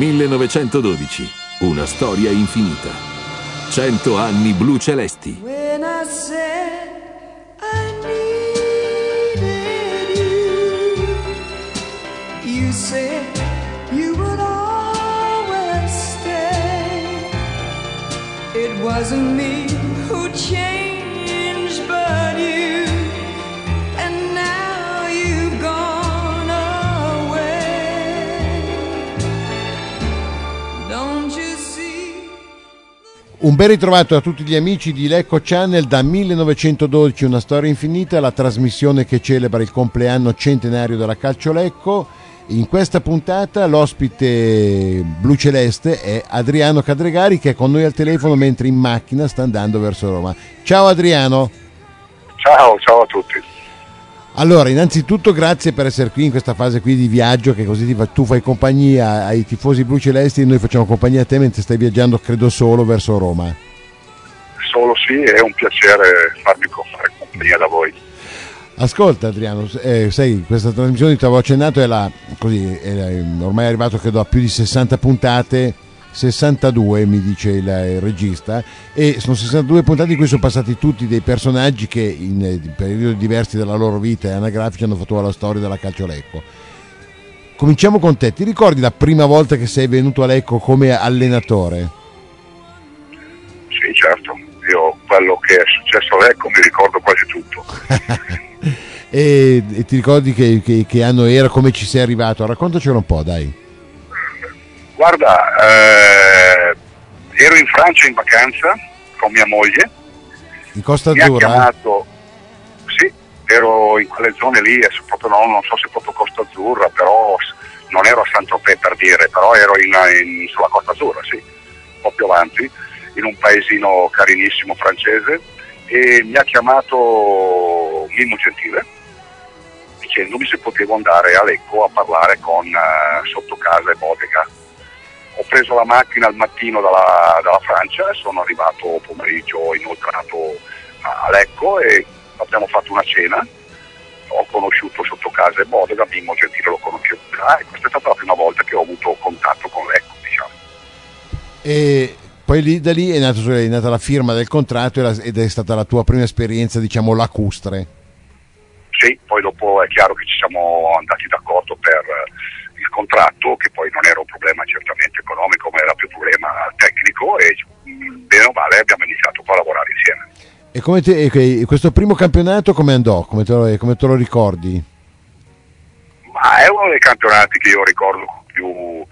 1912, una storia infinita. 100 anni blu celesti. When I said I needed you, you said you would always stay. It wasn't me who changed but you, and now you've gone away. Don't you see? Un ben ritrovato a tutti gli amici di Lecco Channel. Da 1912 una storia infinita, la trasmissione che celebra il compleanno centenario della Calcio Lecco. In questa puntata l'ospite blu celeste è Adriano Cadregari, che è con noi al telefono mentre in macchina sta andando verso Roma. Ciao Adriano. Ciao a tutti. Allora, innanzitutto grazie per essere qui in questa fase qui di viaggio, che così tu fai compagnia ai tifosi blu celesti e noi facciamo compagnia a te mentre stai viaggiando, credo solo, verso Roma. Solo sì, è un piacere farmi fare compagnia da voi. Ascolta Adriano, sai, questa trasmissione ti avevo accennato, è ormai è arrivato credo a più di 60 puntate, 62 mi dice il regista, e sono 62 puntate in cui sono passati tutti dei personaggi che in periodi diversi della loro vita e anagrafici hanno fatto la storia della Calcio Lecco. Cominciamo con te, ti ricordi la prima volta che sei venuto a Lecco come allenatore? Sì, certo, io quello che è successo a Lecco mi ricordo quasi tutto. e ti ricordi che anno era, come ci sei arrivato? Raccontacelo un po', dai. Guarda, ero in Francia in vacanza con mia moglie. In Costa Mi ha Azzurra? chiamato, sì, ero in quelle zone lì, proprio non so se proprio Costa Azzurra, però non ero a Saint-Tropez per dire, però ero sulla Costa Azzurra, sì, un po' più avanti, in un paesino carinissimo francese, e mi ha chiamato Mimmo Gentile dicendomi se potevo andare a Lecco a parlare con Sottocasa e Bodega. Ho preso la macchina al mattino dalla Francia, sono arrivato pomeriggio inoltrato a Lecco e abbiamo fatto una cena. Ho conosciuto Sottocasa e Bodega, Mimmo Gentile lo conoscevo già, e questa è stata la prima volta che ho avuto contatto con Lecco, diciamo. E poi da lì è nata la firma del contratto ed è stata la tua prima esperienza, diciamo, lacustre. Sì, poi dopo è chiaro che ci siamo andati d'accordo per il contratto, che poi non era un problema certamente economico, ma era più un problema tecnico, e bene o male abbiamo iniziato poi a lavorare insieme. E questo primo campionato come andò? Come te lo ricordi? Ma è uno dei campionati che io ricordo con più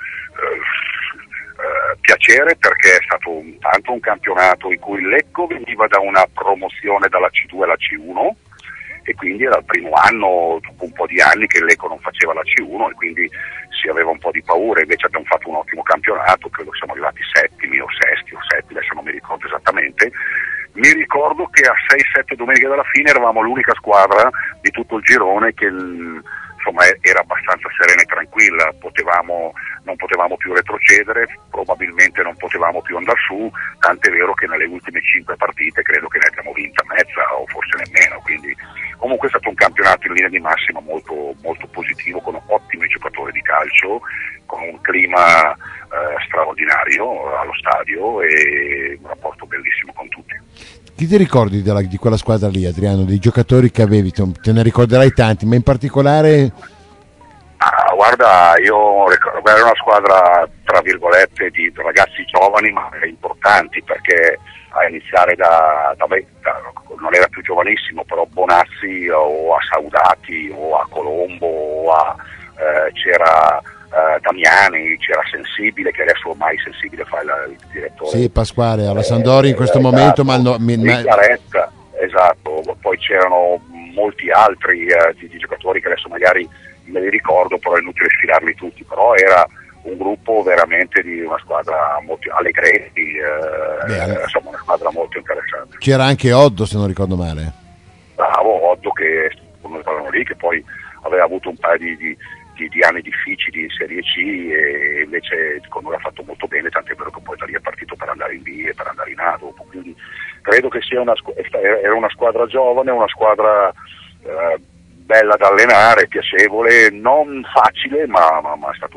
piacere, perché è stato tanto un campionato in cui Lecco veniva da una promozione dalla C2 alla C1, e quindi era il primo anno, dopo un po' di anni, che Lecco non faceva la C1 e quindi si aveva un po' di paura. Invece abbiamo fatto un ottimo campionato, credo che siamo arrivati settimi o sesti o settimi, adesso non mi ricordo esattamente. Mi ricordo che a 6-7 domeniche dalla fine eravamo l'unica squadra di tutto il girone che insomma era abbastanza serena e tranquilla, non potevamo più retrocedere, probabilmente non potevamo più andare su, tant'è vero che nelle ultime 5 partite credo che ne abbiamo vinta mezza o forse nemmeno, quindi comunque è stato un campionato in linea di massima molto, molto positivo, con ottimi giocatori di calcio, con un clima straordinario allo stadio e un rapporto bellissimo con tutti. Chi ti ricordi di quella squadra lì, Adriano, dei giocatori che avevi? Te ne ricorderai tanti, ma in particolare... Guarda, io ricordo, era una squadra tra virgolette di ragazzi giovani ma importanti, perché a iniziare non era più giovanissimo, però Bonazzi o a Saudati o a Colombo o c'era Damiani, c'era Sensibile, che adesso ormai Sensibile fa il direttore. Sì, Pasquale, alla Sampdoria in questo momento, Riccaretta, esatto, poi c'erano molti altri di giocatori che adesso magari me li ricordo, però è inutile sfilarli tutti, però era un gruppo veramente di una squadra molto Allegretti, insomma una squadra molto interessante. C'era anche Oddo, se non ricordo male. Bravo, Oddo, che lì, che poi aveva avuto un paio di anni difficili in Serie C e invece con noi ha fatto molto bene, tant'è vero che poi da lì è partito per andare in B e per andare in A dopo, quindi credo che sia era una squadra giovane, una squadra bella da allenare, piacevole, non facile, ma è stato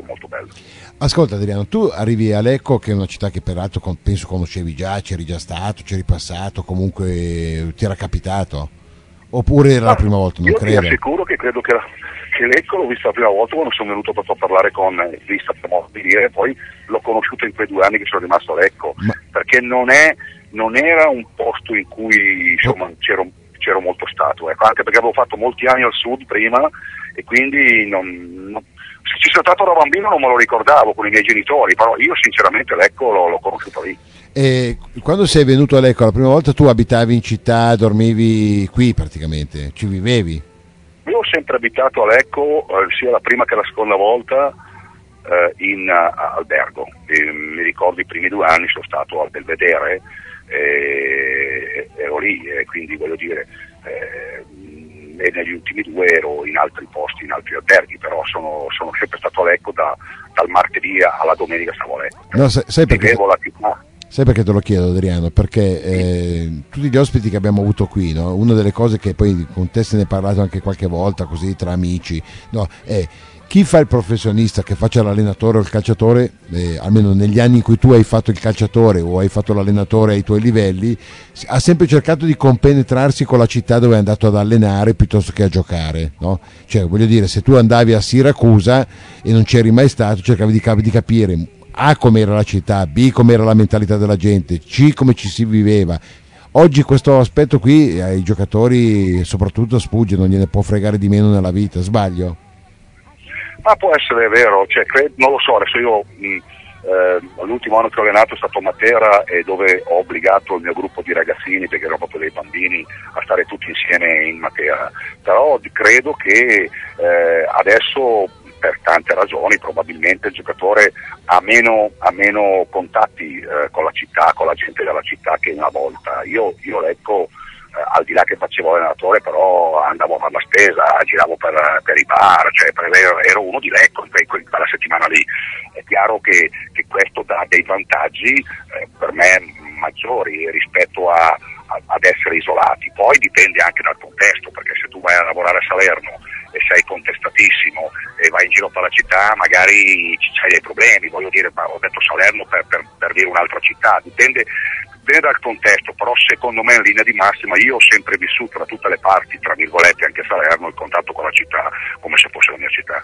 molto bello. Ascolta Adriano, tu arrivi a Lecco, che è una città che peraltro penso conoscevi già, c'eri già stato, c'eri passato, comunque ti era capitato? Oppure era la prima volta? Non io credo. Ti assicuro che credo che Lecco l'ho vista la prima volta quando sono venuto proprio a parlare con Vista, per modo di dire, poi l'ho conosciuto in quei 2 anni che sono rimasto a Lecco, perché non era un posto in cui insomma c'ero molto stato, ecco, anche perché avevo fatto molti anni al sud prima e quindi se ci sono stato da bambino non me lo ricordavo con i miei genitori, però io sinceramente Lecco l'ho conosciuto lì. E quando sei venuto a Lecco la prima volta tu abitavi in città, dormivi qui praticamente, ci vivevi? Io ho sempre abitato a Lecco, sia la prima che la seconda volta in albergo. Mi ricordo i primi 2 anni sono stato al Belvedere, ero lì, quindi voglio dire, e negli ultimi 2 ero in altri posti, in altri alberghi, però sono sempre stato a Lecco dal martedì alla domenica stavo a Lecco. No, sai perché? Vivevo la città. Sai perché te lo chiedo Adriano? Perché tutti gli ospiti che abbiamo avuto qui, no? Una delle cose che poi con te se ne è parlato anche qualche volta così tra amici, no? È chi fa il professionista, che faccia l'allenatore o il calciatore, almeno negli anni in cui tu hai fatto il calciatore o hai fatto l'allenatore ai tuoi livelli, ha sempre cercato di compenetrarsi con la città dove è andato ad allenare piuttosto che a giocare, no? Cioè voglio dire, se tu andavi a Siracusa e non c'eri mai stato, cercavi di capire A com'era la città, B com'era la mentalità della gente, C come ci si viveva. Oggi questo aspetto qui ai giocatori soprattutto sfugge, non gliene può fregare di meno nella vita, sbaglio? Ma può essere vero, cioè, non lo so, adesso io l'ultimo anno che ho allenato è stato a Matera e dove ho obbligato il mio gruppo di ragazzini, perché erano proprio dei bambini, a stare tutti insieme in Matera, però credo che adesso per tante ragioni probabilmente il giocatore ha meno contatti con la città, con la gente della città che una volta. Io Lecco, al di là che facevo allenatore, però andavo a fare la spesa, giravo per i bar, cioè ero uno di Lecco in quella settimana lì. È chiaro che questo dà dei vantaggi per me maggiori rispetto ad essere isolati. Poi dipende anche dal contesto, perché se tu vai a lavorare a Salerno e sei contestatissimo e vai in giro per la città magari c'hai dei problemi, voglio dire, ma ho detto Salerno per dire un'altra città, dipende dal contesto, però secondo me in linea di massima io ho sempre vissuto da tutte le parti, tra virgolette anche a Salerno, il contatto con la città come se fosse la mia città.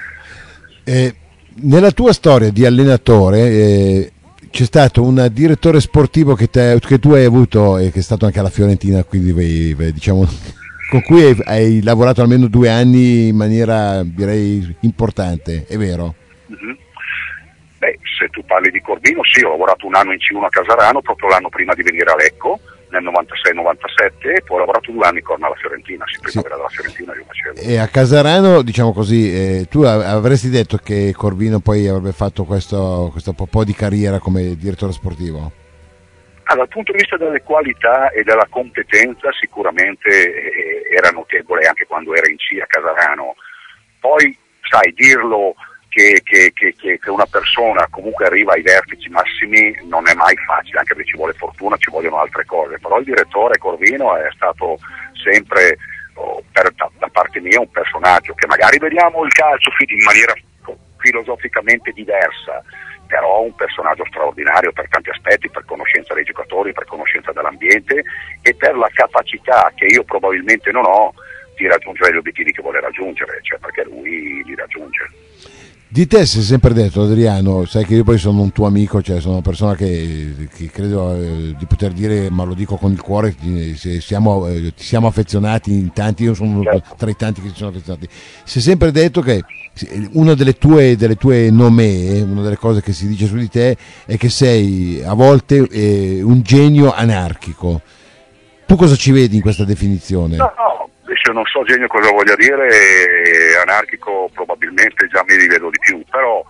Nella tua storia di allenatore c'è stato un direttore sportivo che tu hai avuto e che è stato anche alla Fiorentina, quindi diciamo con cui hai lavorato almeno 2 anni in maniera direi importante, è vero? Mm-hmm. Beh, se tu parli di Corvino, sì, ho lavorato 1 anno in C1 a Casarano, proprio l'anno prima di venire a Lecco, nel 96-97, e poi ho lavorato 2 anni con la Fiorentina, prima era della Fiorentina io facevo. E a Casarano, diciamo così, tu avresti detto che Corvino poi avrebbe fatto questo po' di carriera come direttore sportivo? Dal punto di vista delle qualità e della competenza sicuramente era notevole anche quando era in C a Casarano. Poi, sai, dirlo che una persona comunque arriva ai vertici massimi non è mai facile, anche perché ci vuole fortuna, ci vogliono altre cose, però il direttore Corvino è stato sempre da parte mia un personaggio che magari vediamo il calcio in maniera filosoficamente diversa, però un personaggio straordinario per tanti aspetti, per conoscenza dei giocatori, per conoscenza dell'ambiente e per la capacità che io probabilmente non ho di raggiungere gli obiettivi che vuole raggiungere, cioè perché lui li raggiunge. Di te si è sempre detto, Adriano, sai che io poi sono un tuo amico, cioè sono una persona che credo di poter dire, ma lo dico con il cuore, siamo affezionati in tanti, io sono tra i tanti che si sono affezionati. Si è sempre detto che una delle tue nomee, una delle cose che si dice su di te è che sei a volte un genio anarchico. Tu cosa ci vedi in questa definizione? No, adesso non so genio cosa voglia dire, anarchico probabilmente già mi rivedo di più, però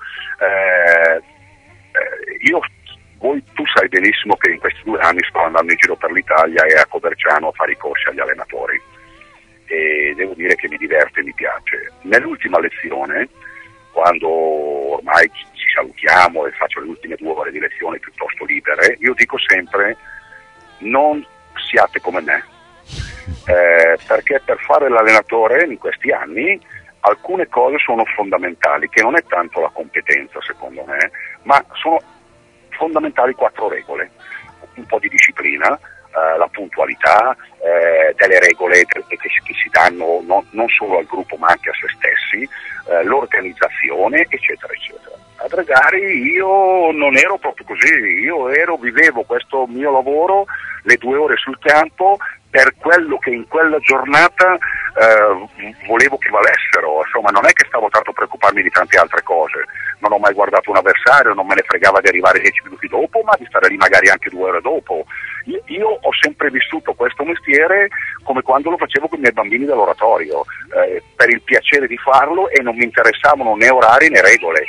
tu sai benissimo che in questi 2 anni sto andando in giro per l'Italia e a Coverciano a fare i corsi agli allenatori e devo dire che mi diverte e mi piace. Nell'ultima lezione, quando ormai ci salutiamo e faccio le ultime 2 ore di lezione piuttosto libere, io dico sempre non siate come me, perché per fare l'allenatore in questi anni alcune cose sono fondamentali, che non è tanto la competenza secondo me, ma sono fondamentali 4 regole: un po' di disciplina, la puntualità, delle regole che si danno non solo al gruppo ma anche a se stessi, l'organizzazione, eccetera eccetera. A Dragari io non ero proprio così, vivevo questo mio lavoro, le 2 ore sul campo, per quello che in quella giornata volevo che valessero. Insomma, non è che stavo tanto a preoccuparmi di tante altre cose, non ho mai guardato un avversario, non me ne fregava di arrivare 10 minuti dopo, ma di stare lì magari anche 2 ore dopo. Io ho sempre vissuto questo mestiere come quando lo facevo con i miei bambini dall'oratorio, per il piacere di farlo, e non mi interessavano né orari né regole.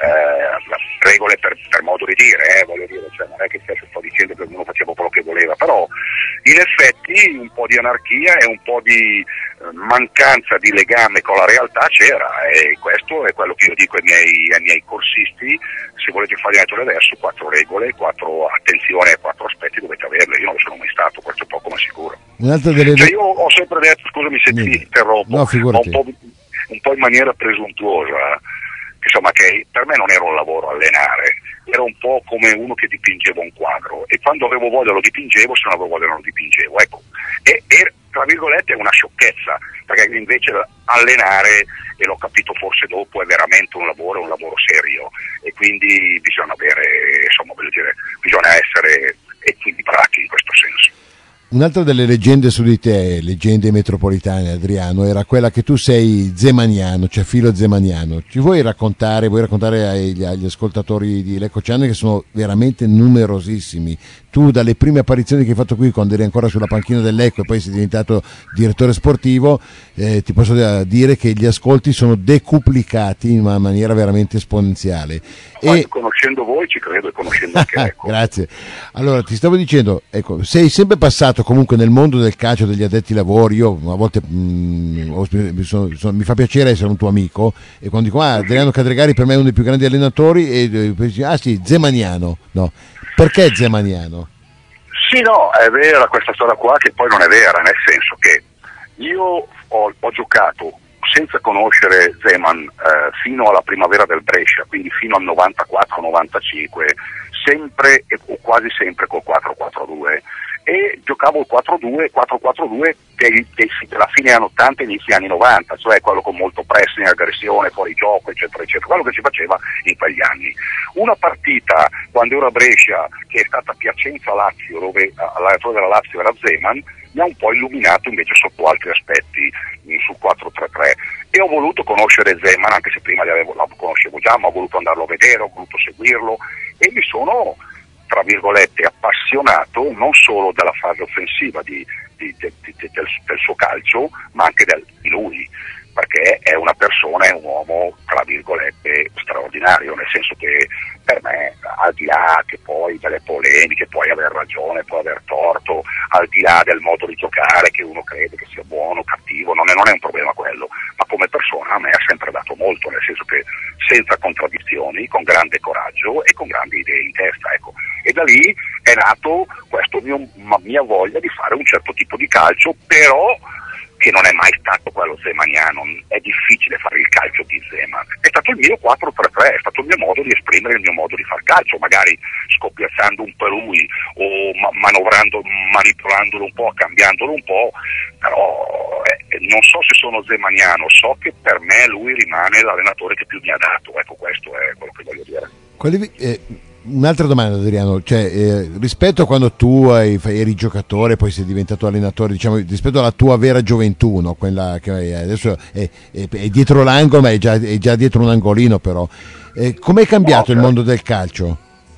Regole per modo di dire, voglio dire, cioè non è che sto dicendo che ognuno faceva quello che voleva, però in effetti un po' di anarchia e un po' di mancanza di legame con la realtà c'era, e questo è quello che io dico ai miei corsisti: se volete fare il metodo adesso, 4 regole, 4 attenzione ai 4 aspetti dovete averle. Io non lo sono mai stato, questo è poco ma sicuro. Un'altra delle... Cioè io ho sempre detto, scusami se ti interrompo, no, figurati, ma un po' in maniera presuntuosa, insomma, che per me non era un lavoro allenare, era un po' come uno che dipingeva un quadro, e quando avevo voglia lo dipingevo, se non avevo voglia non lo dipingevo, ecco. E tra virgolette è una sciocchezza, perché invece allenare, e l'ho capito forse dopo, è veramente un lavoro serio, e quindi bisogna avere, insomma, voglio dire, bisogna essere equilibrati in questo senso. Un'altra delle leggende su di te, leggende metropolitane, Adriano, era quella che tu sei zemaniano, cioè filo zemaniano. Ci vuoi raccontare agli ascoltatori di Lecco Channel, che sono veramente numerosissimi? Tu, dalle prime apparizioni che hai fatto qui, quando eri ancora sulla panchina del Lecco e poi sei diventato direttore sportivo, ti posso dire che gli ascolti sono decuplicati in una maniera veramente esponenziale. E conoscendo voi ci credo, e conoscendo anche Lecco. Grazie. Allora, ti stavo dicendo, ecco, sei sempre passato comunque nel mondo del calcio, degli addetti ai lavori. Io a volte mi fa piacere essere un tuo amico, e quando dico Adriano Cadregari per me è uno dei più grandi allenatori, e dici, sì, zemaniano. No, perché zemaniano? Sì, no, è vera questa storia qua, che poi non è vera, nel senso che io ho giocato senza conoscere Zeman fino alla primavera del Brescia, quindi fino al 94-95, sempre o quasi sempre col 4-4-2, e giocavo il 4-4-2 della fine anni 80 e inizio anni 90, cioè quello con molto pressing, aggressione, fuori gioco, eccetera eccetera, quello che si faceva in quegli anni. Una partita quando ero a Brescia, che è stata Piacenza-Lazio, dove l'allenatore della Lazio era Zeman, mi ha un po' illuminato invece sotto altri aspetti sul 4-3-3, e ho voluto conoscere Zeman, anche se prima lo conoscevo già, ma ho voluto andarlo a vedere, ho voluto seguirlo, e mi sono, tra virgolette, appassionato non solo della fase offensiva del suo calcio, ma anche di lui, perché è una persona, è un uomo, tra virgolette, straordinario, nel senso che per me, al di là che poi delle polemiche, puoi aver ragione, puoi aver torto, al di là del modo di giocare, che uno crede che sia buono o cattivo, non è un problema quello, ma come persona a me ha sempre dato molto, nel senso che senza contraddizioni, con grande coraggio e con grandi idee in testa, ecco. E da lì è nato questo mia voglia di fare un certo tipo di calcio, però che non è mai stato quello zemaniano, è difficile fare il calcio di Zeman, è stato il mio 4-3-3, è stato il mio modo di esprimere il mio modo di far calcio, magari scoppiazzando un po' lui, o manipolandolo un po', cambiandolo un po', però non so se sono zemaniano, so che per me lui rimane l'allenatore che più mi ha dato, ecco, questo è quello che voglio dire. Un'altra domanda, Adriano, cioè, rispetto a quando tu eri giocatore, poi sei diventato allenatore, diciamo, rispetto alla tua vera gioventù, no? Quella che adesso è dietro l'angolo, ma è già dietro un angolino, però com'è cambiato il mondo del calcio?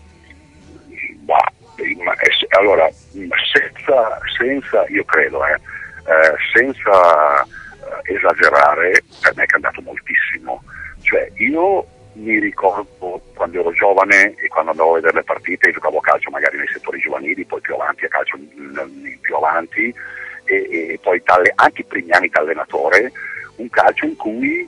Allora, senza io credo, senza esagerare, per me è cambiato moltissimo. Cioè, io mi ricordo quando ero giovane e quando andavo a vedere le partite, giocavo a calcio magari nei settori giovanili, poi più avanti a calcio più avanti, e poi anche i primi anni da allenatore, un calcio in cui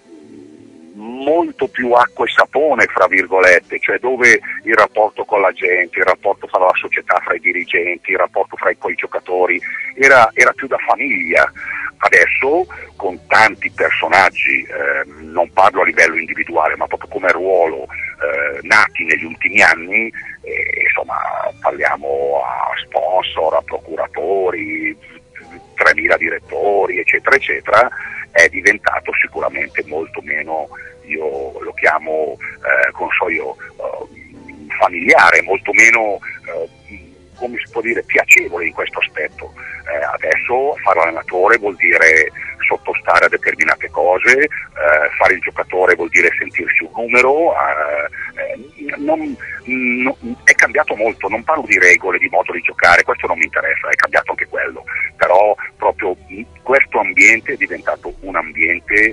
molto più acqua e sapone, fra virgolette, cioè dove il rapporto con la gente, il rapporto fra la società, fra i dirigenti, il rapporto fra i giocatori era più da famiglia. Adesso con tanti personaggi, non parlo a livello individuale ma proprio come ruolo, nati negli ultimi anni, insomma parliamo a sponsor, a procuratori, 3.000 direttori eccetera eccetera, è diventato sicuramente molto meno, io lo chiamo familiare, molto meno come si può dire, piacevole in questo aspetto. Adesso fare l'allenatore vuol dire sottostare a determinate cose, fare il giocatore vuol dire sentirsi un numero, è cambiato molto, non parlo di regole, di modo di giocare, questo non mi interessa, è cambiato anche quello, però proprio questo ambiente è diventato un ambiente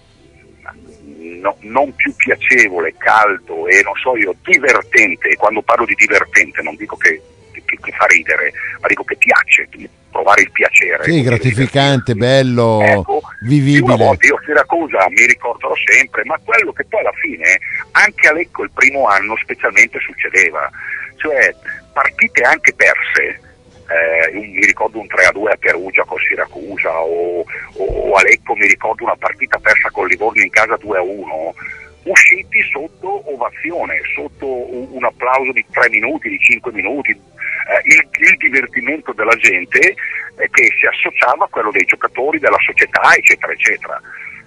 non più piacevole, caldo e divertente. E quando parlo di divertente non dico che fa ridere, ma dico che piace, provare il piacere. Sì, gratificante, bello, ecco, vivibile. Una volta io a Siracusa mi ricorderò sempre, ma quello che poi alla fine anche a Lecco il primo anno specialmente succedeva, cioè partite anche perse. Mi ricordo un 3-2 a Perugia con Siracusa o a Lecco mi ricordo una partita persa con Livorno in casa 2-1, usciti sotto ovazione, sotto un applauso di 3 minuti, di 5 minuti, il divertimento della gente che si associava a quello dei giocatori, della società eccetera eccetera.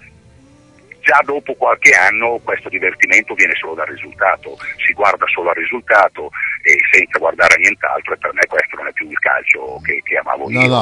Già dopo qualche anno questo divertimento viene solo dal risultato, si guarda solo al risultato e senza guardare a nient'altro, e per me questo non è più il calcio che amavo io.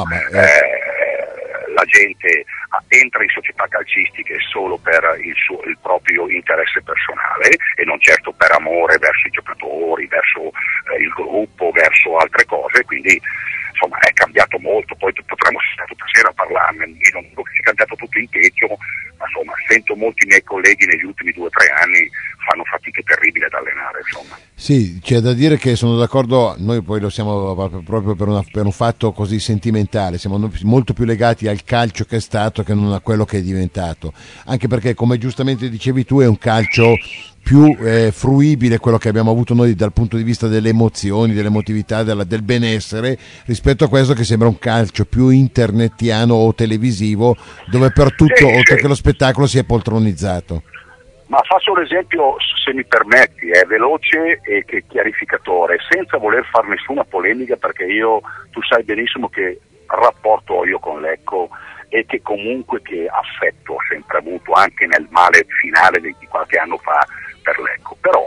La gente entra in società calcistiche solo per il proprio interesse personale e non certo per amore verso i giocatori, verso il gruppo, verso altre cose, quindi insomma è cambiato molto, poi potremmo stare tutta sera a parlarne, io non dico che sia cambiato tutto in peggio, ma insomma sento molti miei colleghi negli ultimi 2 o 3 anni fanno fatiche terribili ad allenare, insomma. Sì, c'è da dire che sono d'accordo, noi poi lo siamo proprio per un fatto così sentimentale, siamo molto più legati al calcio che è stato che non a quello che è diventato, anche perché come giustamente dicevi tu è un calcio più fruibile, quello che abbiamo avuto noi dal punto di vista delle emozioni, dell'emotività, del benessere, rispetto a questo che sembra un calcio più internetiano o televisivo, dove per tutto, oltre che lo spettacolo, si è poltronizzato. Ma faccio un esempio, se mi permetti, è veloce e che chiarificatore, senza voler fare nessuna polemica, perché tu sai benissimo che rapporto ho io con Lecco e che comunque che affetto ho sempre avuto, anche nel male finale di qualche anno fa per Lecco. Però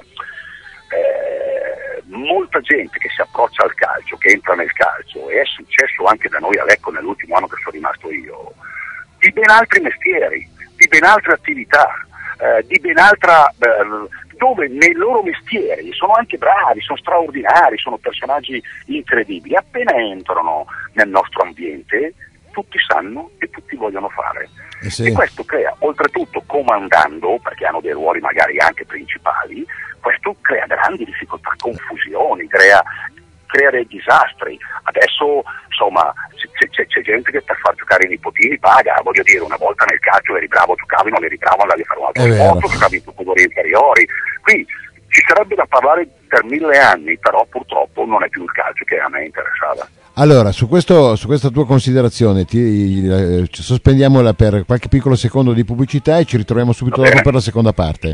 molta gente che si approccia al calcio, che entra nel calcio, e è successo anche da noi a Lecco nell'ultimo anno che sono rimasto io, di ben altri mestieri, di ben altre attività, di ben altra, dove nei loro mestieri sono anche bravi, sono straordinari, sono personaggi incredibili, appena entrano nel nostro ambiente tutti sanno e tutti vogliono fare. Sì. E questo crea, oltretutto comandando, perché hanno dei ruoli magari anche principali, questo crea grandi difficoltà, confusioni, crea dei disastri. Adesso insomma c'è gente che per far giocare i nipotini paga, voglio dire, una volta nel calcio eri bravo, giocavi, non eri bravo, andavi a fare un altro sport, giocavi in categorie inferiori, qui ci sarebbe da parlare per 1000 anni, però purtroppo non è più il calcio che a me interessava. Allora, su questa tua considerazione sospendiamola per qualche piccolo secondo di pubblicità e ci ritroviamo subito dopo per la seconda parte.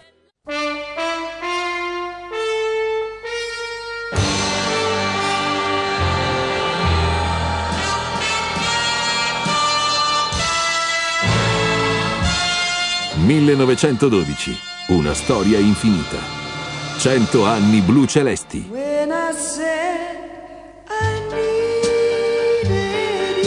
«1912, una storia infinita. 100 anni blu celesti». When I said I needed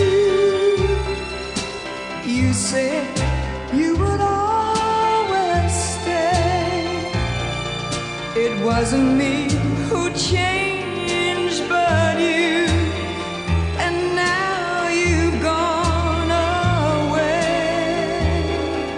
you, you said you would always stay. It wasn't me who changed, but you. And now you've gone away.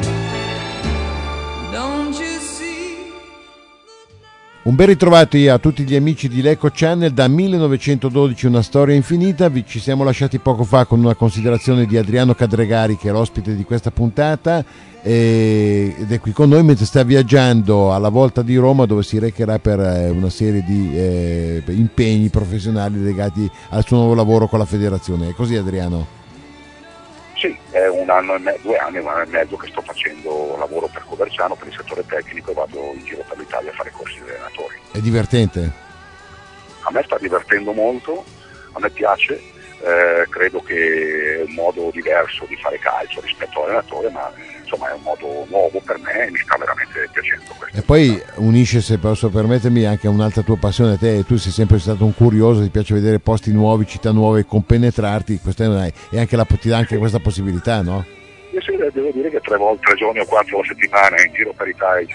Don't you see? Un ben ritrovati a tutti gli amici di Lecco Channel. Da 1912 una storia infinita. Ci siamo lasciati poco fa con una considerazione di Adriano Cadregari, che è l'ospite di questa puntata ed è qui con noi mentre sta viaggiando alla Volta di Roma, dove si recherà per una serie di impegni professionali legati al suo nuovo lavoro con la federazione. È così, Adriano? Sì, un anno e mezzo, 2 anni, 1 anno e mezzo che sto facendo lavoro per Coverciano, per il settore tecnico, e vado in giro per l'Italia a fare corsi di allenatori. È divertente? A me sta divertendo molto, a me piace, credo che è un modo diverso di fare calcio rispetto all'allenatore, ma insomma è un modo nuovo per me e mi sta veramente piacendo questo. E poi unisce, se posso permettermi, anche un'altra tua passione. Tu sei sempre stato un curioso, ti piace vedere posti nuovi, città nuove, compenetrarti, e anche ti dà anche questa possibilità, no? Io sì, devo dire che 3 giorni o 4 alla settimana in giro per l'Italia,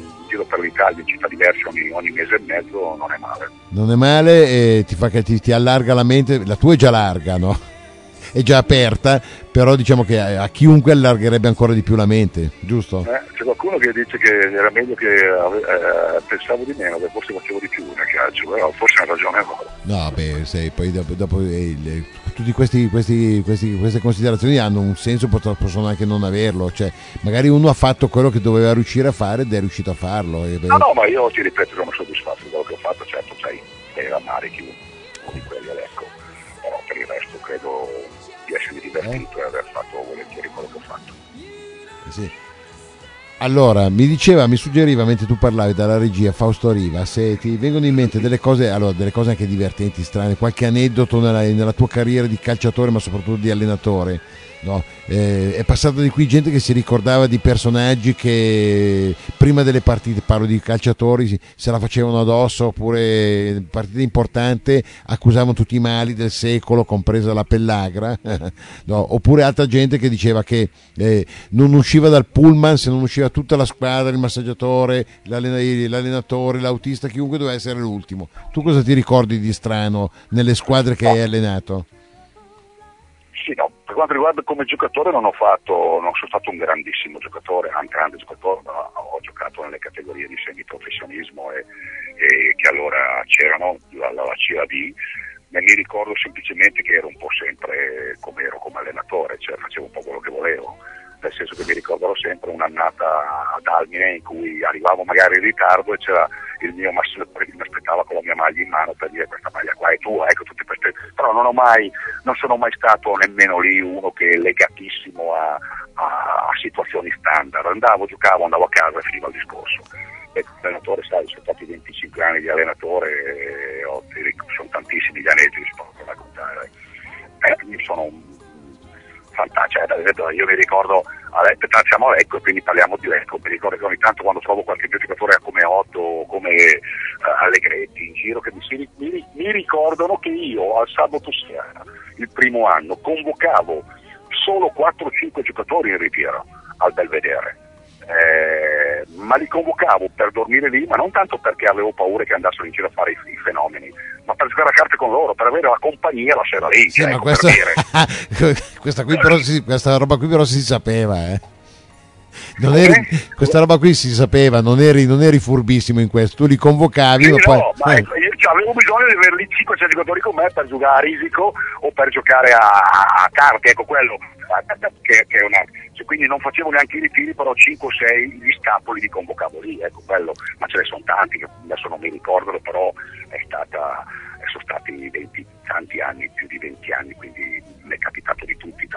in città diverse ogni mese e mezzo, non è male. Non è male, e ti fa che ti allarga la mente. La tua è già larga, no? È già aperta, però diciamo che a chiunque allargherebbe ancora di più la mente, giusto? C'è qualcuno che dice che era meglio che pensavo di meno, che forse facevo di più nel calcio, però forse ha ragione loro. No, poi dopo tutte queste considerazioni hanno un senso, possono anche non averlo, cioè magari uno ha fatto quello che doveva riuscire a fare ed è riuscito a farlo. No, ma io ti ripeto, sono soddisfatto di quello che ho fatto, certo, sai, deve amare chiunque di quelli all'ecco, però per il resto credo di essermi divertito e aver fatto volentieri quello che ho fatto. Sì. Allora, mi suggeriva mentre tu parlavi dalla regia Fausto Riva, se ti vengono in mente delle cose anche divertenti, strane, qualche aneddoto nella tua carriera di calciatore, ma soprattutto di allenatore, no? È passata di qui gente che si ricordava di personaggi che prima delle partite, parlo di calciatori, se la facevano addosso, oppure partite importanti accusavano tutti i mali del secolo, compresa la pellagra, no? Oppure altra gente che diceva che non usciva dal pullman se non usciva tutta la squadra, il massaggiatore, l'allenatore, l'autista, chiunque doveva essere l'ultimo. Tu cosa ti ricordi di strano nelle squadre che hai allenato? Sì, no, per quanto riguarda come giocatore non sono stato un grandissimo giocatore, un grande giocatore, ma ho giocato nelle categorie di semiprofessionismo e che allora c'erano, la C e la D, e mi ricordo semplicemente che ero un po' sempre come ero come allenatore, cioè facevo un po' quello che volevo, nel senso che mi ricorderò sempre un'annata ad Almine in cui arrivavo magari in ritardo e c'era il mio massaggiatore che mi aspettava con la mia maglia in mano per dire: questa maglia qua è tua, ecco, tutte queste. Però non sono mai stato nemmeno lì uno che è legatissimo a situazioni standard. Giocavo, andavo a casa e finiva il discorso. E allenatore, sai, sono stati 25 anni di allenatore, sono tantissimi gli aneddoti che si possono raccontare. Sono fantastici. Io mi ricordo, siamo a Lecco e quindi parliamo di Lecco, mi ricordo che ogni tanto quando trovo qualche giocatore come Otto o come Allegretti in giro che mi ricordano che io al sabato sera, il primo anno, convocavo solo 4-5 giocatori in ritiro al Belvedere. Ma li convocavo per dormire lì, ma non tanto perché avevo paura che andassero in giro a fare i fenomeni, ma per giocare a carte con loro, per avere la compagnia la sera lì. Sì, ma questa roba qui però si sapeva, questa roba qui si sapeva, non eri furbissimo in questo, tu li convocavi, sì, ma poi io avevo bisogno di avere lì 5-6 giocatori con me per giocare a risico o per giocare a carte, ecco, quello che è una, cioè, quindi non facevo neanche i ritiri, però 5-6 gli scapoli li convocavo lì, ecco, quello, ma ce ne sono tanti che adesso non mi ricordano, però sono stati tanti anni, più di 20 anni, quindi mi è capitato di tutti.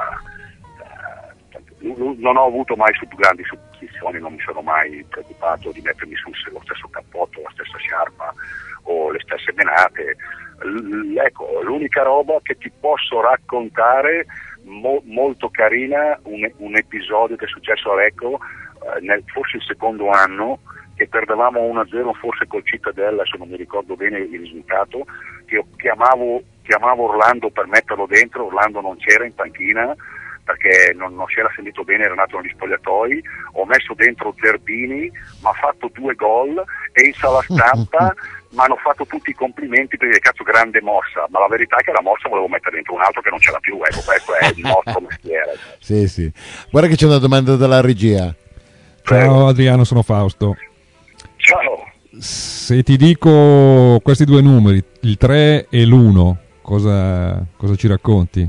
Non ho avuto mai grandi supposizioni, non mi sono mai preoccupato di mettermi su lo stesso cappotto, la stessa sciarpa o le stesse menate. Ecco, l'unica roba che ti posso raccontare molto carina, un episodio che è successo a Lecco forse il secondo anno, che perdevamo 1-0 forse col Cittadella, se non mi ricordo bene il risultato, che io chiamavo Orlando per metterlo dentro. Orlando non c'era in panchina perché non si era sentito bene, era nato negli spogliatoi. Ho messo dentro Zerbini, mi ha fatto 2 gol e in sala stampa mi hanno fatto tutti i complimenti perché cazzo, grande mossa, ma la verità è che la mossa volevo mettere dentro un altro che non c'era più, ecco, questo è il nostro mestiere. Sì, guarda che c'è una domanda dalla regia. Ciao Adriano, sono Fausto. Ciao. Se ti dico questi 2 numeri, il 3 e l'1, cosa ci racconti?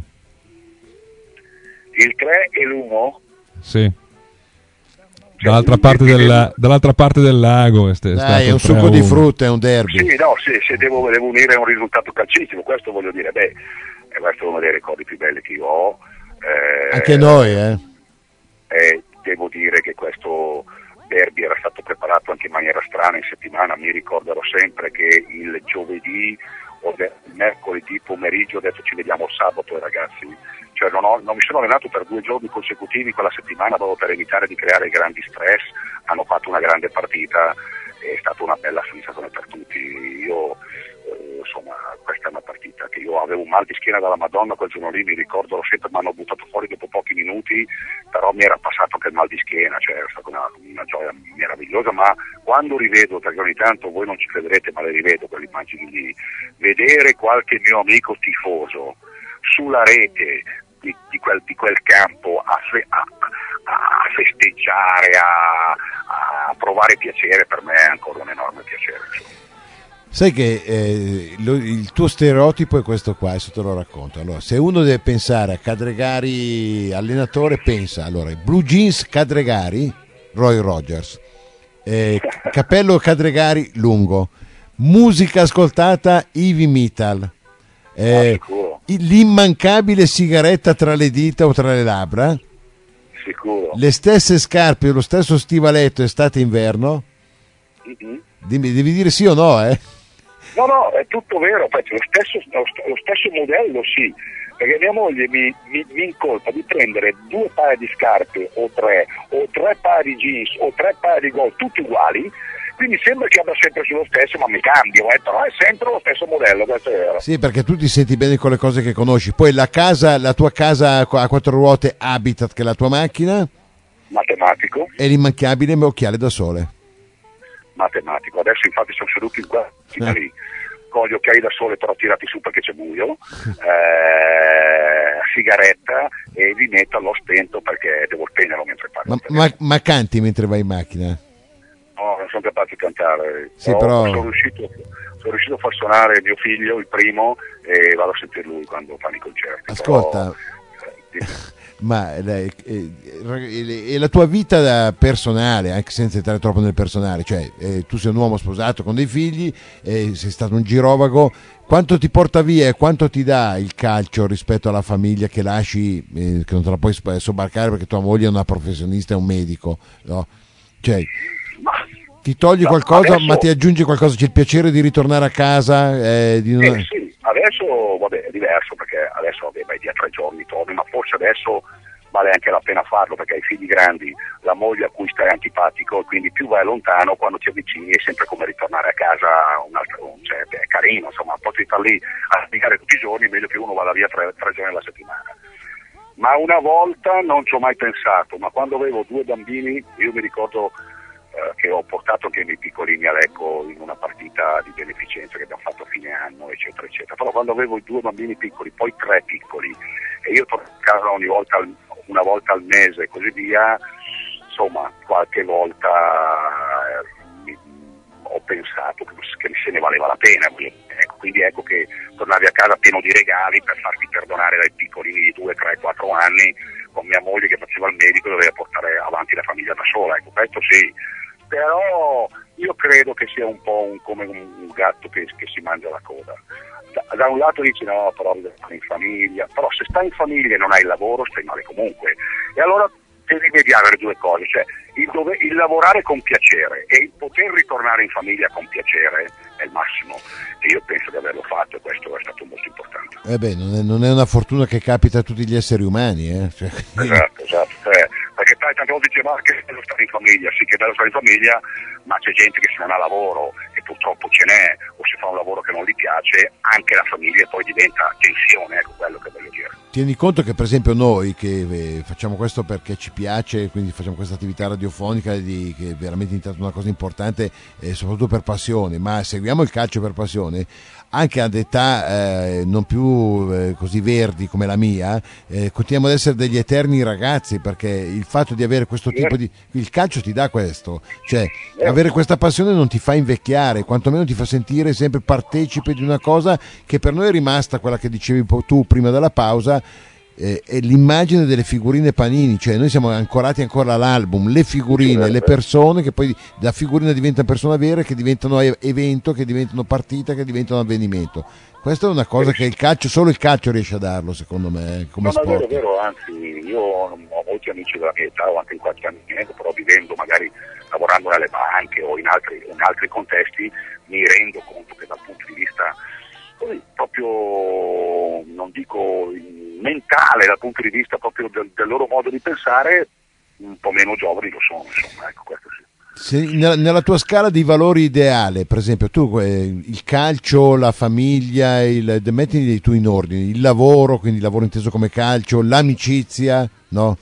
Il 3 e l'1? Sì. Dall'altra parte del lago è un succo di frutta, è un derby. Sì, no, se devo unire un risultato calcistico, questo voglio dire, questo è uno dei ricordi più belli che io ho. Anche noi, Devo dire che questo derby era stato preparato anche in maniera strana in settimana. Mi ricorderò sempre che il giovedì o il mercoledì pomeriggio ho detto ci vediamo il sabato, ragazzi, cioè non mi sono allenato per 2 giorni consecutivi quella settimana proprio per evitare di creare grandi stress. Hanno fatto una grande partita, è stata una bella sensazione per tutti. Io insomma, questa è una partita che io avevo un mal di schiena dalla Madonna quel giorno lì, mi ricordo sempre, mi hanno buttato fuori dopo pochi minuti, però mi era passato anche il mal di schiena, cioè era stata una gioia meravigliosa. Ma quando rivedo, perché ogni tanto voi non ci crederete ma le rivedo quelle immagini lì, vedere qualche mio amico tifoso sulla rete di quel campo a festeggiare, a provare piacere, per me è ancora un enorme piacere, insomma. Sai che il tuo stereotipo è questo qua, adesso te lo racconto. Allora, se uno deve pensare a Cadregari allenatore, pensa allora Blue Jeans Cadregari, Roy Rogers, cappello Cadregari lungo, musica ascoltata Ivy Mittal, l'immancabile sigaretta tra le dita o tra le labbra, sicuro, le stesse scarpe o lo stesso stivaletto estate e inverno. Mm-hmm. Devi dire sì o no, No, è tutto vero, lo stesso modello, sì, perché mia moglie mi incolpa di prendere 2 paia di scarpe o 3 paia di jeans o 3 paia di gol tutti uguali, quindi sembra che abbia sempre sullo stesso, ma mi cambio, però è sempre lo stesso modello, questo è vero. Sì, perché tu ti senti bene con le cose che conosci. Poi la tua casa a 4 ruote Habitat, che è la tua macchina, matematico, e l'immancabile occhiale da sole. Matematico, adesso infatti sono seduto in qua lì con gli occhiali da sole però tirati su perché c'è buio, sigaretta, e vi metto allo spento perché devo spegnerlo mentre parlo. Ma canti mentre vai in macchina? No, non sono capace di cantare, sì, però sono riuscito a far suonare mio figlio, il primo, e vado a sentire lui quando fanno i concerti. Ascolta, ma e la tua vita personale, anche senza entrare troppo nel personale, cioè tu sei un uomo sposato con dei figli, sei stato un girovago, quanto ti porta via e quanto ti dà il calcio rispetto alla famiglia che lasci, che non te la puoi sobbarcare perché tua moglie è una professionista, è un medico, no? Cioè ti togli qualcosa, adesso, ma ti aggiungi qualcosa, c'è il piacere di ritornare a casa, sì, adesso vabbè è diverso perché adesso vai via 3 giorni torni, ma forse adesso vale anche la pena farlo perché hai figli grandi, la moglie a cui stai antipatico, e quindi più vai lontano, quando ti avvicini è sempre come ritornare a casa cioè, è carino, insomma, potrei star lì a spiegare tutti i giorni, meglio che uno vada via 3 giorni alla settimana. Ma una volta non ci ho mai pensato, ma quando avevo 2 bambini, io mi ricordo che ho portato anche i miei piccolini a Lecco in una partita di beneficenza che abbiamo fatto a fine anno, eccetera eccetera, però quando avevo i 2 bambini piccoli, poi 3 piccoli, e io tornavo a casa una volta al mese e così via, insomma qualche volta ho pensato che se ne valeva la pena, quindi ecco che tornavi a casa pieno di regali per farti perdonare dai piccolini di 2, 3, 4 anni, con mia moglie che faceva il medico e doveva portare avanti la famiglia da sola, ecco, questo sì. Però io credo che sia un po' come un gatto che si mangia la coda. Da un lato dici no, però devi stare in famiglia, però se stai in famiglia e non hai il lavoro stai male comunque, e allora devi mediare le 2 cose, cioè il lavorare con piacere e il poter ritornare in famiglia con piacere è il massimo, e io penso di averlo fatto, e questo è stato molto importante. Non è una fortuna che capita a tutti gli esseri umani, Cioè... Esatto, perché tante volte dice ma che bello stare in famiglia, sì che è bello stare in famiglia, ma c'è gente che se non ha lavoro, e purtroppo ce n'è, o se fa un lavoro che non gli piace, anche la famiglia poi diventa tensione, ecco quello che voglio dire. Tieni conto che per esempio noi che facciamo questo perché ci piace, quindi facciamo questa attività radiofonica che è veramente diventata una cosa importante, soprattutto per passione, ma seguiamo il calcio per passione, anche ad età non più così verdi come la mia, continuiamo ad essere degli eterni ragazzi, perché il fatto di avere questo tipo di... il calcio ti dà questo, cioè avere questa passione non ti fa invecchiare, quantomeno ti fa sentire sempre partecipe di una cosa che per noi è rimasta, quella che dicevi tu prima della pausa, è l'immagine delle figurine Panini, cioè noi siamo ancorati ancora all'album, le figurine, le persone, che poi da figurina diventano persone vere, che diventano evento, che diventano partita, che diventano avvenimento. Questa è una cosa che il calcio, solo il calcio riesce a darlo, secondo me, come sport. È vero, anzi, io ho molti amici della mia età, o anche in qualche anno meno, però vivendo, magari lavorando nelle banche o in altri contesti, mi rendo conto che dal punto di vista così, proprio, non dico mentale, dal punto di vista proprio del loro modo di pensare, un po' meno giovani lo sono, insomma, ecco, questo sì. Nella tua scala di valori ideale, per esempio, tu il calcio, la famiglia, mettili tu in ordine, il lavoro, quindi il lavoro inteso come calcio, l'amicizia, no?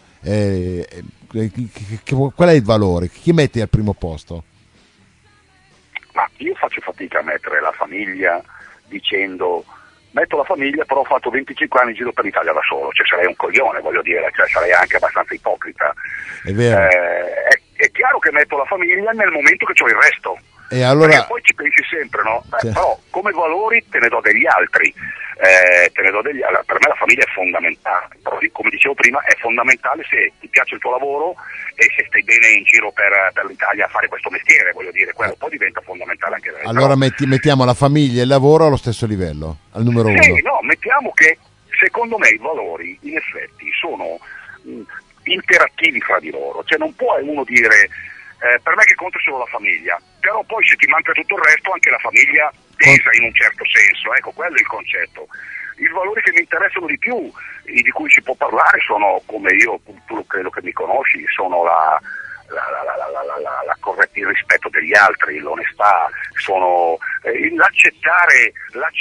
Qual è il valore? Chi metti al primo posto? Ma io faccio fatica a mettere la famiglia dicendo metto la famiglia, però ho fatto 25 anni in giro per l'Italia da solo, cioè sarei un coglione, voglio dire, cioè sarei anche abbastanza ipocrita. È vero. È chiaro che metto la famiglia nel momento che ho il resto. E allora... Perché poi ci pensi sempre, no? Però come valori te ne do degli altri. Allora, per me la famiglia è fondamentale, però, come dicevo prima, è fondamentale se ti piace il tuo lavoro e se stai bene in giro per l'Italia a fare questo mestiere, voglio dire, quello poi diventa fondamentale anche lei. Allora mettiamo la famiglia e il lavoro allo stesso livello, al numero uno. Sì, no, mettiamo che secondo me i valori in effetti sono interattivi fra di loro, cioè non può uno dire per me che conta solo la famiglia, però poi se ti manca tutto il resto anche la famiglia pesa in un certo senso, ecco, quello è il concetto. I valori che mi interessano di più, di cui si può parlare, sono, come tu credo che mi conosci, sono il rispetto degli altri, l'onestà, sono l'accettare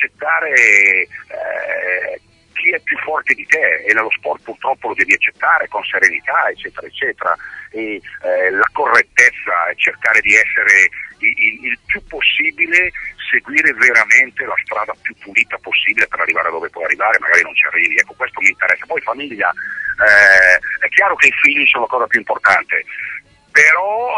chi è più forte di te, e nello sport purtroppo lo devi accettare con serenità, eccetera, eccetera, e la correttezza, cercare di essere il più possibile, seguire veramente la strada più pulita possibile per arrivare dove puoi arrivare, magari non ci arrivi, ecco, questo mi interessa. Poi famiglia, è chiaro che i figli sono la cosa più importante, però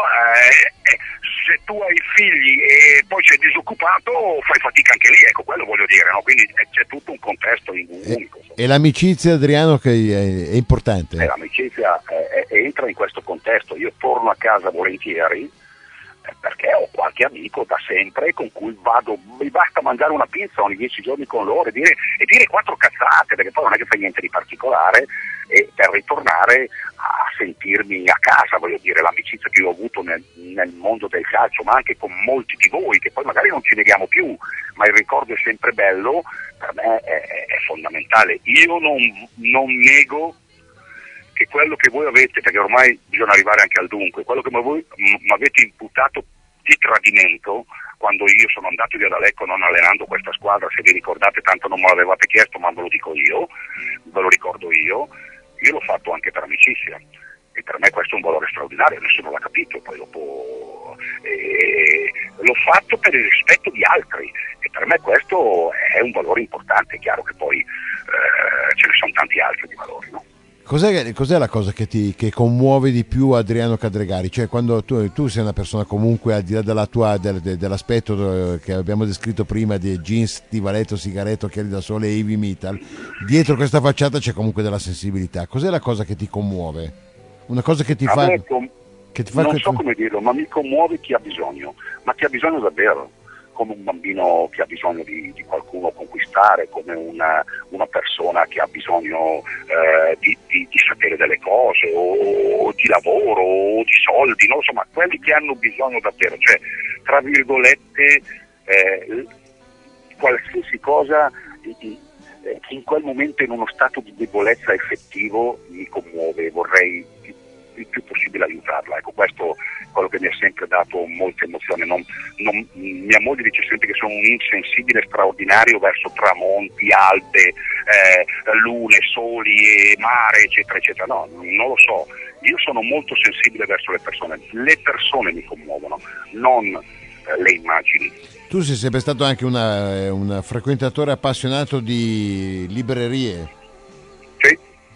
se tu hai figli e poi sei disoccupato fai fatica anche lì, ecco, quello voglio dire, no? Quindi c'è tutto un contesto unico. E l'amicizia, Adriano, che è importante? L'amicizia entra in questo contesto. Io torno a casa volentieri perché ho qualche amico da sempre con cui mi basta mangiare una pizza ogni 10 giorni con loro e dire 4 cazzate, perché poi non è che fai niente di particolare, e per ritornare a sentirmi a casa, voglio dire, l'amicizia che io ho avuto nel mondo del calcio, ma anche con molti di voi, che poi magari non ci vediamo più, ma il ricordo è sempre bello, per me è fondamentale. Io non nego che quello che voi avete, perché ormai bisogna arrivare anche al dunque, quello che voi mi avete imputato di tradimento quando io sono andato via da Lecco non allenando questa squadra, se vi ricordate, tanto non me l'avevate chiesto, ma ve lo dico io, ve lo ricordo io l'ho fatto anche per amicizia, e per me questo è un valore straordinario, nessuno l'ha capito, poi dopo l'ho fatto per il rispetto di altri, e per me questo è un valore importante. È chiaro che poi ce ne sono tanti altri di valori, no? Cos'è la cosa che commuove di più Adriano Cadregari? Cioè, quando tu sei una persona comunque, al di là dell'aspetto che abbiamo descritto prima, di jeans, stivaletto, sigaretto, occhiali da sole e heavy metal, dietro questa facciata c'è comunque della sensibilità. Cos'è la cosa che ti commuove? Una cosa che ti fa... non so come dirlo, ma mi commuove chi ha bisogno, ma chi ha bisogno davvero, come un bambino che ha bisogno di qualcuno conquistare, come una persona che ha bisogno di sapere delle cose, o di lavoro, o di soldi, non lo so, ma quelli che hanno bisogno davvero, cioè, tra virgolette, qualsiasi cosa che in quel momento, in uno stato di debolezza effettivo, mi commuove, vorrei il più possibile aiutarla. Ecco, questo è quello che mi ha sempre dato molta emozione. Mia moglie dice sempre che sono un insensibile straordinario verso tramonti, albe, lune, soli e mare, eccetera, eccetera. No, non lo so. Io sono molto sensibile verso le persone. Le persone mi commuovono, non le immagini. Tu sei sempre stato anche un frequentatore appassionato di librerie. Sì.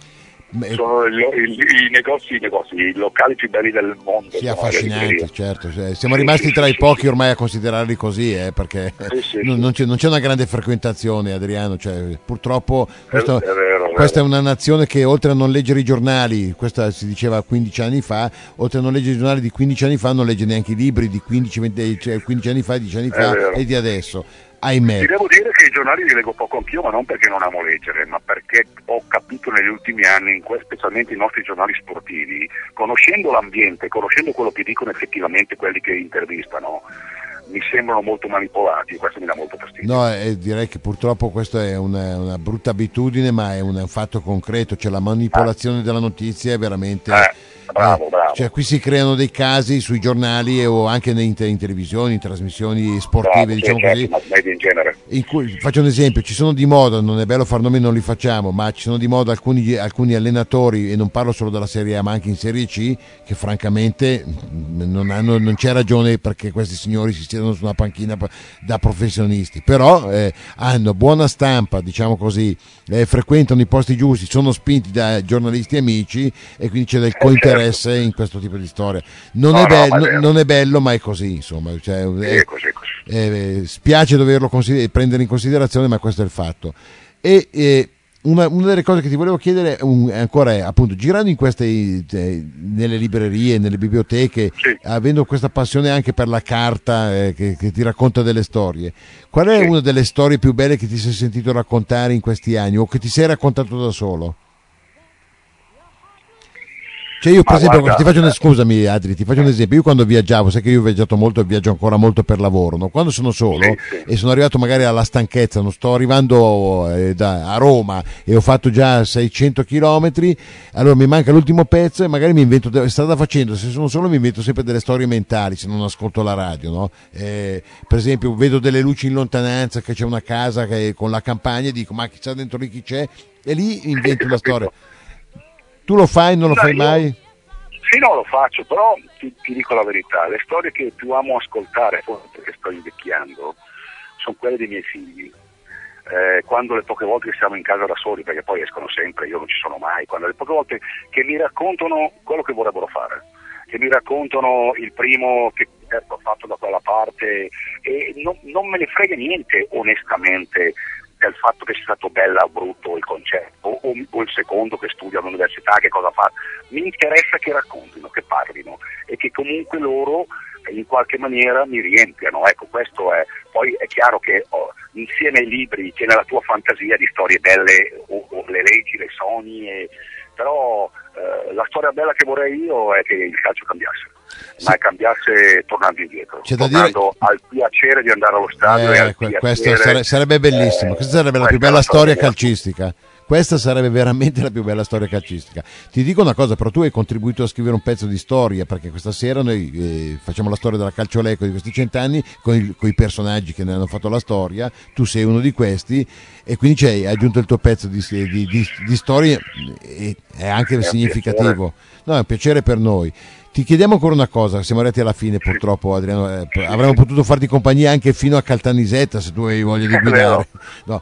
sono i negozi, i locali più belli del mondo. Sì, affascinanti, certo. Siamo rimasti tra i pochi ormai a considerarli così, perché non c'è una grande frequentazione, Adriano. Cioè, purtroppo questa è una nazione che, oltre a non leggere i giornali, questa si diceva 15 anni fa, oltre a non leggere i giornali di 15 anni fa, non legge neanche i libri di 15 anni fa, 10 anni fa e di adesso. Ahimè. Ti devo dire che i giornali li leggo poco anch'io, ma non perché non amo leggere, ma perché ho capito negli ultimi anni, specialmente i nostri giornali sportivi, conoscendo l'ambiente, conoscendo quello che dicono effettivamente quelli che intervistano, mi sembrano molto manipolati e questo mi dà molto fastidio. No, direi che purtroppo questa è una brutta abitudine, ma è un fatto concreto, cioè la manipolazione della notizia è veramente... Bravo. Cioè, qui si creano dei casi sui giornali o anche in televisioni, in trasmissioni sportive, diciamo così. In genere. In cui, faccio un esempio, ci sono di moda, non è bello far nomi, non li facciamo, ma ci sono di moda alcuni allenatori, e non parlo solo della Serie A ma anche in Serie C, che francamente non c'è ragione perché questi signori si siedono su una panchina da professionisti, però hanno buona stampa, diciamo così, frequentano i posti giusti, sono spinti da giornalisti amici e quindi c'è del cointeresse in questo tipo di storia. Non è bello, ma è così, insomma. Cioè, è così. Spiace doverlo prendere in considerazione, ma questo è il fatto. E una delle cose che ti volevo chiedere ancora è, appunto, girando in nelle librerie, nelle biblioteche, avendo questa passione anche per la carta che ti racconta delle storie, qual è una delle storie più belle che ti sei sentito raccontare in questi anni o che ti sei raccontato da solo? Cioè io per esempio, scusami Adri, ti faccio un esempio. Io quando viaggiavo, sai che io ho viaggiato molto e viaggio ancora molto per lavoro, no? Quando sono solo e sono arrivato magari alla stanchezza, non sto arrivando a Roma e ho fatto già 600 chilometri, allora mi manca l'ultimo pezzo e magari mi invento, strada facendo, se sono solo mi invento sempre delle storie mentali se non ascolto la radio, no? Per esempio vedo delle luci in lontananza, che c'è una casa con la campagna e dico ma chissà dentro lì chi c'è, e lì invento una storia. Tu lo fai, non lo fai mai? Sì, no, lo faccio, però ti dico la verità, le storie che più amo ascoltare, forse perché sto invecchiando, sono quelle dei miei figli. Quando le poche volte che siamo in casa da soli, perché poi escono sempre, io non ci sono mai, quando le poche volte che mi raccontano quello che vorrebbero fare, che mi raccontano il primo che ho fatto da quella parte, e non me ne frega niente onestamente del fatto che sia stato bello o brutto il concerto o il secondo che studia all'università, che cosa fa. Mi interessa che raccontino, che parlino e che comunque loro in qualche maniera mi riempiano. Ecco, questo è. Poi è chiaro che insieme ai libri c'è nella tua fantasia di storie belle o le leggi, le sogni, però la storia bella che vorrei io è che il calcio cambiasse. Ma cambiasse tornando indietro, tornando al piacere di andare allo stadio. Questo sarebbe bellissimo, questa sarebbe la più bella storia calcistica. Questa sarebbe veramente la più bella storia calcistica. Ti dico una cosa, però tu hai contribuito a scrivere un pezzo di storia, perché questa sera noi facciamo la storia della Calciolecco di questi 100 anni con i personaggi che ne hanno fatto la storia. Tu sei uno di questi e quindi hai aggiunto il tuo pezzo di storia, e è anche significativo. No, è un piacere per noi. Ti chiediamo ancora una cosa, siamo arrivati alla fine purtroppo, Adriano, avremmo potuto farti compagnia anche fino a Caltanissetta se tu hai voglia di guidare. No,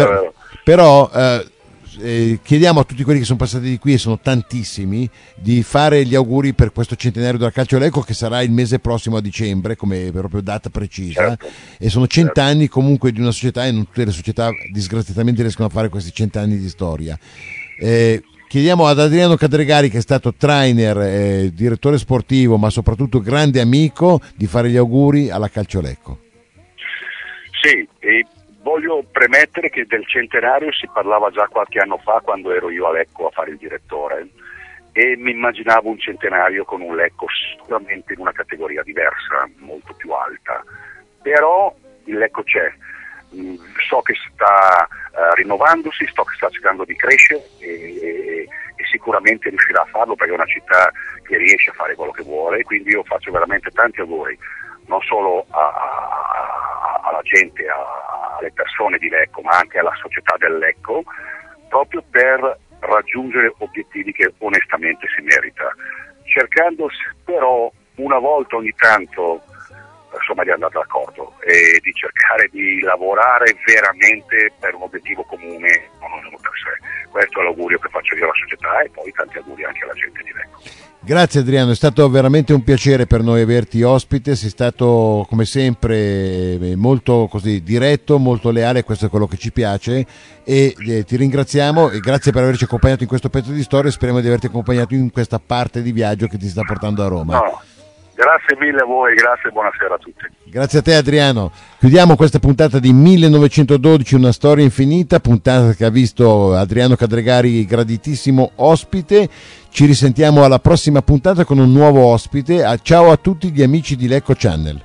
però chiediamo a tutti quelli che sono passati di qui, e sono tantissimi, di fare gli auguri per questo centenario della Calciolecco, che sarà il mese prossimo a dicembre come proprio data precisa, e sono 100 anni comunque di una società, e non tutte le società disgraziatamente riescono a fare questi 100 anni di storia. Chiediamo ad Adriano Cadregari, che è stato trainer, direttore sportivo, ma soprattutto grande amico, di fare gli auguri alla Calciolecco. Sì, e voglio premettere che del centenario si parlava già qualche anno fa, quando ero io a Lecco a fare il direttore, e mi immaginavo un centenario con un Lecco sicuramente in una categoria diversa, molto più alta. Però il Lecco c'è. So che sta rinnovandosi, so che sta cercando di crescere e sicuramente riuscirà a farlo, perché è una città che riesce a fare quello che vuole. Quindi io faccio veramente tanti auguri, non solo alla gente, alle persone di Lecco, ma anche alla società del Lecco, proprio per raggiungere obiettivi che onestamente si merita, cercando però una volta ogni tanto insomma di andare d'accordo e di cercare di lavorare veramente per un obiettivo comune, non ognuno per sé. Questo è l'augurio che faccio io alla società, e tanti auguri anche alla gente di Lecco. Grazie Adriano, è stato veramente un piacere per noi averti ospite, sei stato come sempre molto così diretto, molto leale, questo è quello che ci piace e ti ringraziamo e grazie per averci accompagnato in questo pezzo di storia e speriamo di averti accompagnato in questa parte di viaggio che ti sta portando a Roma. No. Grazie mille a voi, grazie e buonasera a tutti. Grazie a te Adriano. Chiudiamo questa puntata di 1912, una storia infinita, puntata che ha visto Adriano Cadregari graditissimo ospite. Ci risentiamo alla prossima puntata con un nuovo ospite. Ciao a tutti gli amici di Lecco Channel.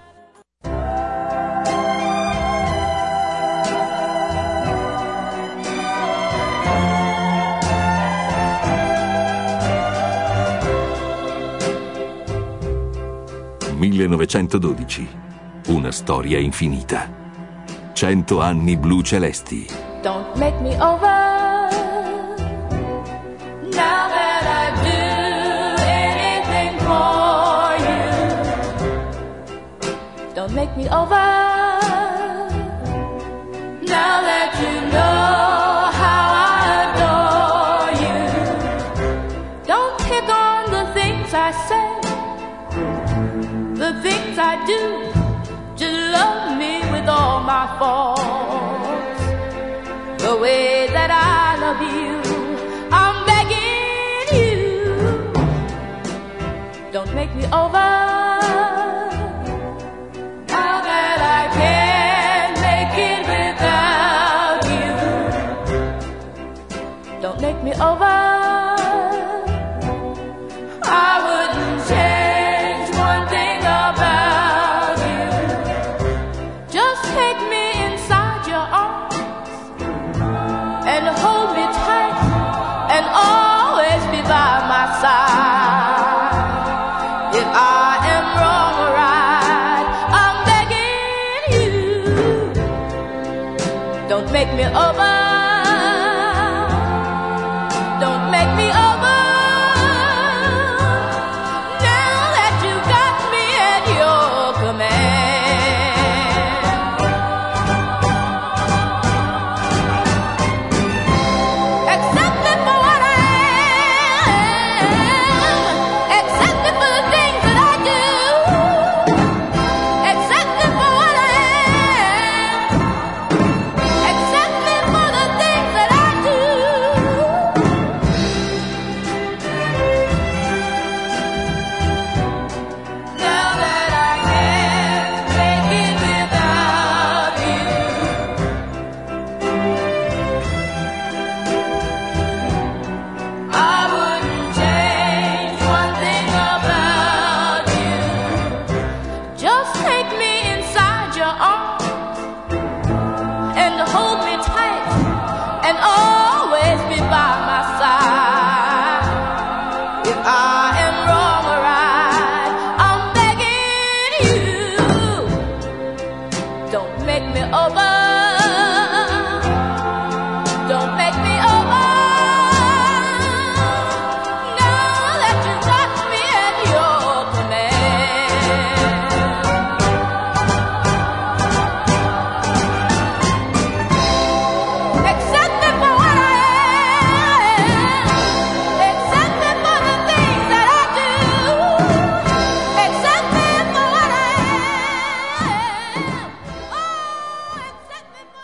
«1912. Una storia infinita. 100 anni blu celesti». Don't make me over now that I do anything for you. Don't make me over now that you know how I adore you. Don't pick on the things I say, the things I do. Just love me with all my faults, the way that I love you. I'm begging you, don't make me over now that I can't make it without you. Don't make me over, I wouldn't change one thing about you. Just take me inside your arms and hold me tight and always be by my side. If I am wrong or right, I'm begging you, don't make me over, don't make me over. Now that you got me at your command, accept me for what I am, accept me for the things that I do, accept me for what I am, accept me for the things that I do. Now that I can't make it without you, I wouldn't change one thing about you. Just take me inside your arms and hold me tight and always be by my side. If I am wrong or right, I'm begging you, don't make me over, don't make me